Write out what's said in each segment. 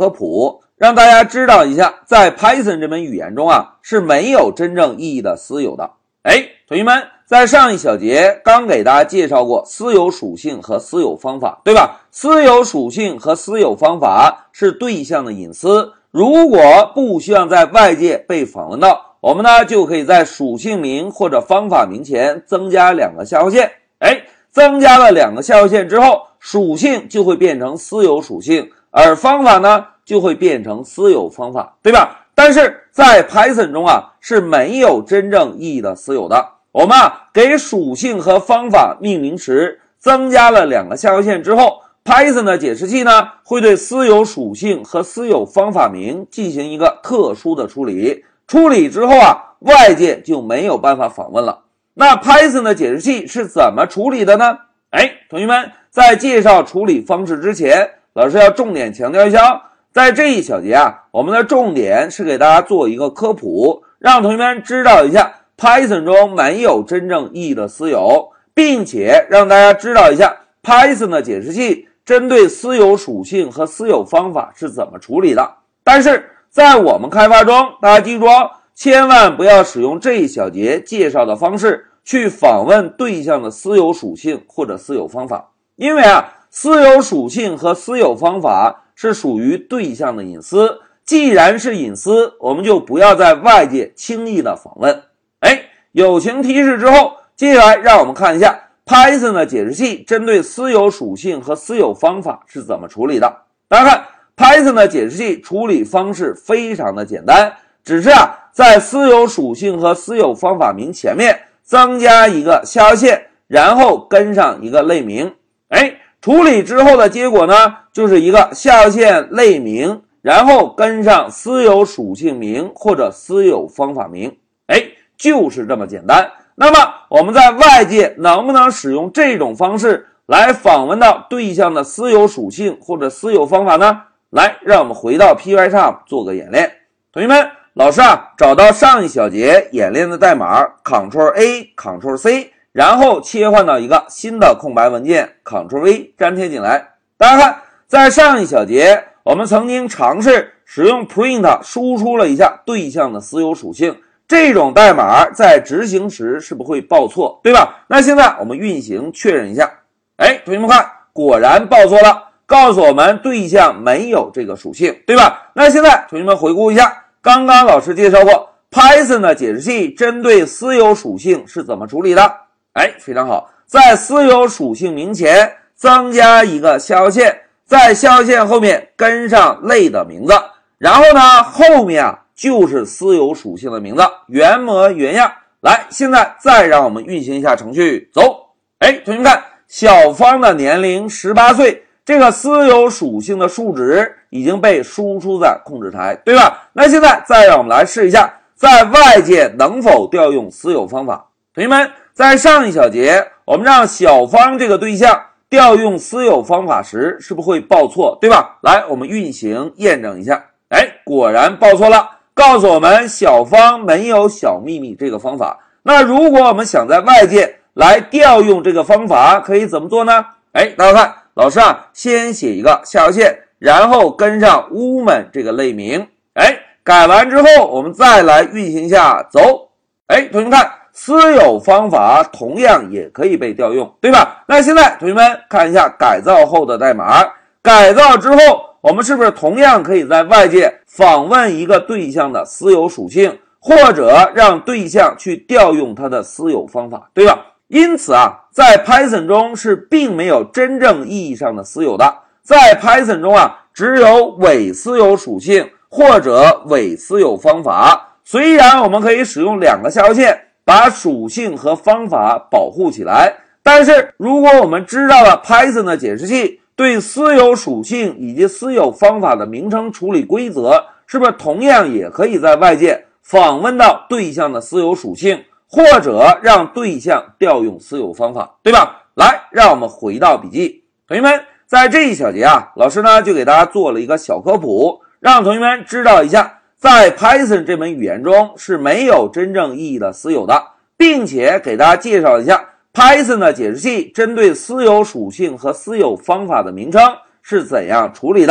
科普，让大家知道一下，在 Python 这门语言中啊，是没有真正意义的私有的。同学们，在上一小节刚给大家介绍过私有属性和私有方法，对吧？私有属性和私有方法是对象的隐私，如果不希望在外界被访问到，我们呢就可以在属性名或者方法名前增加两个下划线。增加了两个下划线之后，属性就会变成私有属性，而方法呢就会变成私有方法，对吧？但是在 Python 中啊是没有真正意义的私有的。我们给属性和方法命名时增加了两个下划线之后， Python 的解释器呢会对私有属性和私有方法名进行一个特殊的处理，处理之后外界就没有办法访问了。那 Python 的解释器是怎么处理的呢？同学们，在介绍处理方式之前，老师要重点强调一下在这一小节我们的重点是给大家做一个科普，让同学们知道一下 Python 中没有真正意义的私有，并且让大家知道一下 Python 的解释器针对私有属性和私有方法是怎么处理的。但是在我们开发中，大家记住千万不要使用这一小节介绍的方式去访问对象的私有属性或者私有方法，因为私有属性和私有方法是属于对象的隐私，既然是隐私，我们就不要在外界轻易的访问。友情提示之后，接下来让我们看一下 Python 的解释器针对私有属性和私有方法是怎么处理的。大家看 Python 的解释器处理方式非常的简单，只是在私有属性和私有方法名前面增加一个下划线，然后跟上一个类名。处理之后的结果呢，就是一个下划线类名，然后跟上私有属性名或者私有方法名。就是这么简单。那么我们在外界能不能使用这种方式来访问到对象的私有属性或者私有方法呢？来，让我们回到 Pycharm 做个演练。同学们，老师找到上一小节演练的代码 Ctrl+A、Ctrl+C， 然后切换到一个新的空白文件 Ctrl+V 粘贴进来。大家看，在上一小节我们曾经尝试使用 print 输出了一下对象的私有属性，这种代码在执行时是不会报错，对吧？那现在我们运行确认一下。同学们看，果然报错了，告诉我们对象没有这个属性，对吧？那现在同学们回顾一下，刚刚老师介绍过 Python 的解释器针对私有属性是怎么处理的。非常好，在私有属性名前增加一个下划线，在下划线后面跟上类的名字，然后呢后面就是私有属性的名字，原模原样。来，现在再让我们运行一下程序，走。同学们看，小芳的年龄18岁，这个私有属性的数值已经被输出在控制台，对吧？那现在再让我们来试一下，在外界能否调用私有方法。同学们，在上一小节我们让小芳这个对象调用私有方法时是不是会报错，对吧？来，我们运行验证一下。果然报错了，告诉我们小芳没有小秘密这个方法。那如果我们想在外界来调用这个方法，可以怎么做呢？大家看，老师先写一个下划线，然后跟上 woman 这个类名。改完之后我们再来运行一下，走。同学们看，私有方法同样也可以被调用，对吧？那现在同学们看一下改造后的代码，改造之后我们是不是同样可以在外界访问一个对象的私有属性，或者让对象去调用它的私有方法，对吧？因此在 Python 中是并没有真正意义上的私有的，在 Python 中只有伪私有属性或者伪私有方法。虽然我们可以使用两个下划线把属性和方法保护起来，但是如果我们知道了 Python 的解释器对私有属性以及私有方法的名称处理规则，是不是同样也可以在外界访问到对象的私有属性，或者让对象调用私有方法，对吧？来，让我们回到笔记。同学们，在这一小节老师呢就给大家做了一个小科普，让同学们知道一下，在 Python 这门语言中是没有真正意义的私有的，并且给大家介绍一下 Python 的解释器针对私有属性和私有方法的名称是怎样处理的。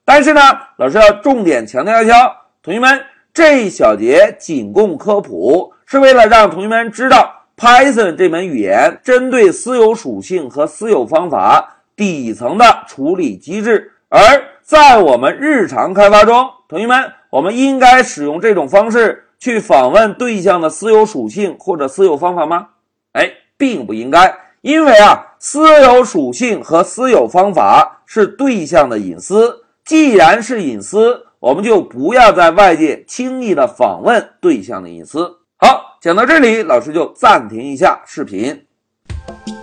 但是呢，老师要重点强调一下，同学们，这一小节仅供科普，是为了让同学们知道 Python 这门语言针对私有属性和私有方法底层的处理机制。而在我们日常开发中，同学们，我们应该使用这种方式去访问对象的私有属性或者私有方法吗？并不应该，因为私有属性和私有方法是对象的隐私，既然是隐私，我们就不要在外界轻易的访问对象的隐私。好，讲到这里，老师就暂停一下视频。